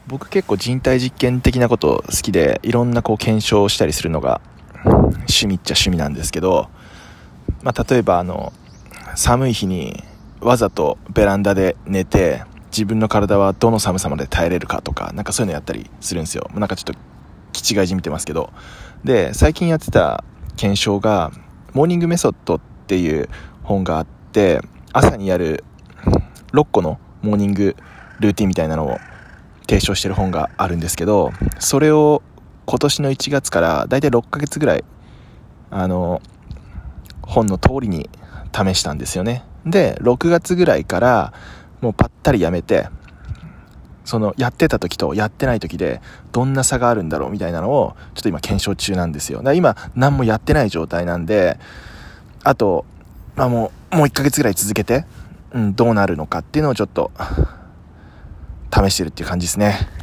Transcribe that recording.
僕結構人体実験的なこと好きで、いろんなこう検証をしたりするのが趣味っちゃ趣味なんですけど、例えば寒い日にわざとベランダで寝て、自分の体はどの寒さまで耐えれるかとか、なんかそういうのやったりするんですよ。なんかちょっと気違いじみてますけど。で、最近やってた検証がモーニングメソッドっていう本があって、朝にやる6個のモーニングルーティンみたいなのを提唱してる本があるんですけど、それを今年の1月からだいたい6ヶ月ぐらい本の通りに試したんですよね。で6月ぐらいからもうパッタリやめて、そのやってた時とやってない時でどんな差があるんだろうみたいなのをちょっと今検証中なんですよ。だから今何もやってない状態なんで、あと、もう1ヶ月ぐらい続けて、どうなるのかっていうのをちょっと試してるっていう感じですね。